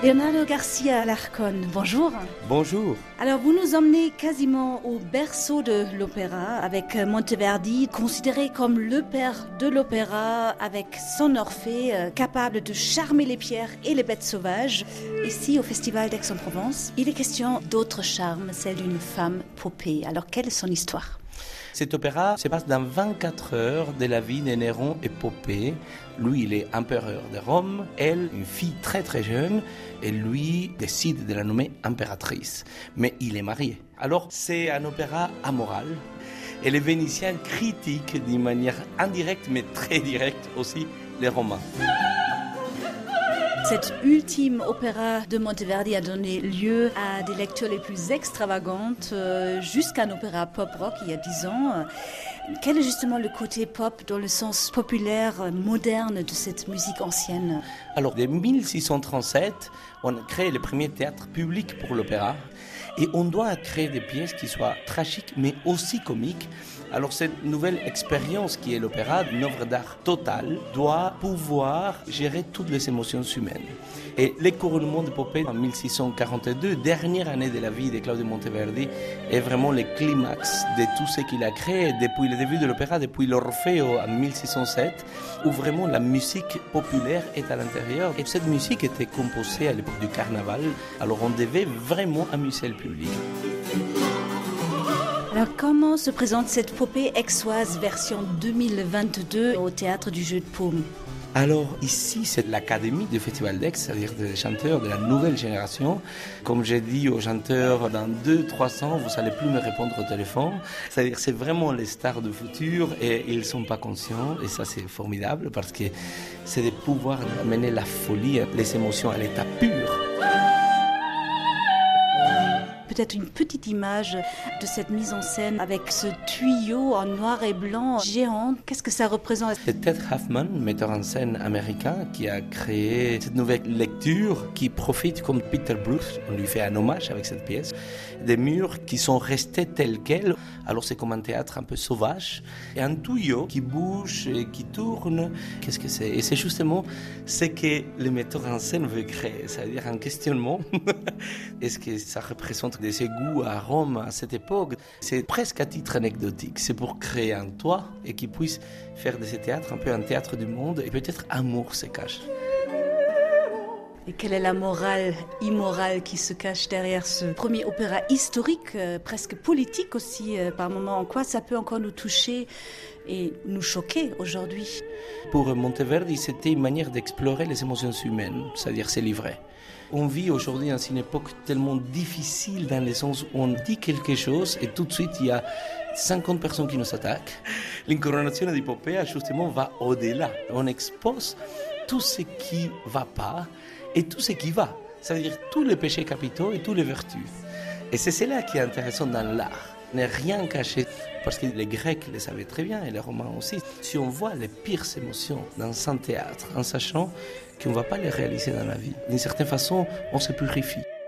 Leonardo García Alarcón, bonjour. Bonjour. Alors vous nous emmenez quasiment au berceau de l'opéra avec Monteverdi, considéré comme le père de l'opéra avec son Orphée, capable de charmer les pierres et les bêtes sauvages. Ici au Festival d'Aix-en-Provence, il est question d'autre charme, celle d'une femme Popée. Alors quelle est son histoire ? Cet opéra se passe dans 24 heures de la vie de Néron et Popée. Lui, il est empereur de Rome, elle, une fille très très jeune, et lui décide de la nommer impératrice. Mais il est marié. Alors, c'est un opéra amoral. Et les Vénitiens critiquent d'une manière indirecte, mais très directe aussi, les Romains. Cet ultime opéra de Monteverdi a donné lieu à des lectures les plus extravagantes, jusqu'à un opéra pop-rock il y a 10 ans. Quel est justement le côté pop dans le sens populaire, moderne de cette musique ancienne ? Alors, dès 1637, on a créé le premier théâtre public pour l'opéra. Et on doit créer des pièces qui soient tragiques, mais aussi comiques. Alors cette nouvelle expérience qui est l'opéra, une œuvre d'art totale, doit pouvoir gérer toutes les émotions humaines. Et le couronnement de Popée en 1642, dernière année de la vie de Claudio Monteverdi, est vraiment le climax de tout ce qu'il a créé depuis le début de l'opéra, depuis l'Orfeo en 1607, où vraiment la musique populaire est à l'intérieur. Et cette musique était composée à l'époque du carnaval, alors on devait vraiment amuser le public. Alors comment se présente cette Popée aixoise version 2022 au Théâtre du Jeu de Paume ? Alors ici, c'est l'académie du Festival d'Aix, c'est-à-dire des chanteurs de la nouvelle génération. Comme j'ai dit aux chanteurs, dans 2-3 ans, vous n'allez plus me répondre au téléphone. C'est-à-dire c'est vraiment les stars du futur et ils ne sont pas conscients. Et ça, c'est formidable parce que c'est de pouvoir amener la folie, les émotions à l'état pur. Peut-être une petite image de cette mise en scène avec ce tuyau en noir et blanc géant. Qu'est-ce que ça représente ? C'est Ted Hoffman, metteur en scène américain, qui a créé cette nouvelle lecture qui profite comme Peter Bruce. On lui fait un hommage avec cette pièce. Des murs qui sont restés tels quels. Alors c'est comme un théâtre un peu sauvage. Et un tuyau qui bouge et qui tourne. Qu'est-ce que c'est ? Et c'est justement ce que le metteur en scène veut créer. C'est-à-dire un questionnement. Est-ce que ça représente des égouts à Rome à cette époque? C'est presque à titre anecdotique. C'est pour créer un toit et qu'ils puissent faire de ce théâtre un peu un théâtre du monde. Et peut-être amour se cache. Et quelle est la morale immorale qui se cache derrière ce premier opéra historique, presque politique aussi par moments? En quoi ça peut encore nous toucher et nous choquer aujourd'hui? Pour Monteverdi, c'était une manière d'explorer les émotions humaines, c'est-à-dire se livrer. On vit aujourd'hui dans une époque tellement difficile dans le sens où on dit quelque chose et tout de suite il y a 50 personnes qui nous attaquent. L'incoronation di Popée justement va au-delà. On expose tout ce qui ne va pas et tout ce qui va, c'est-à-dire tous les péchés capitaux et toutes les vertus. Et c'est cela qui est intéressant dans l'art. Ne rien cacher, parce que les Grecs le savaient très bien et les Romains aussi. Si on voit les pires émotions dans un théâtre, en sachant qu'on ne va pas les réaliser dans la vie, d'une certaine façon, on se purifie.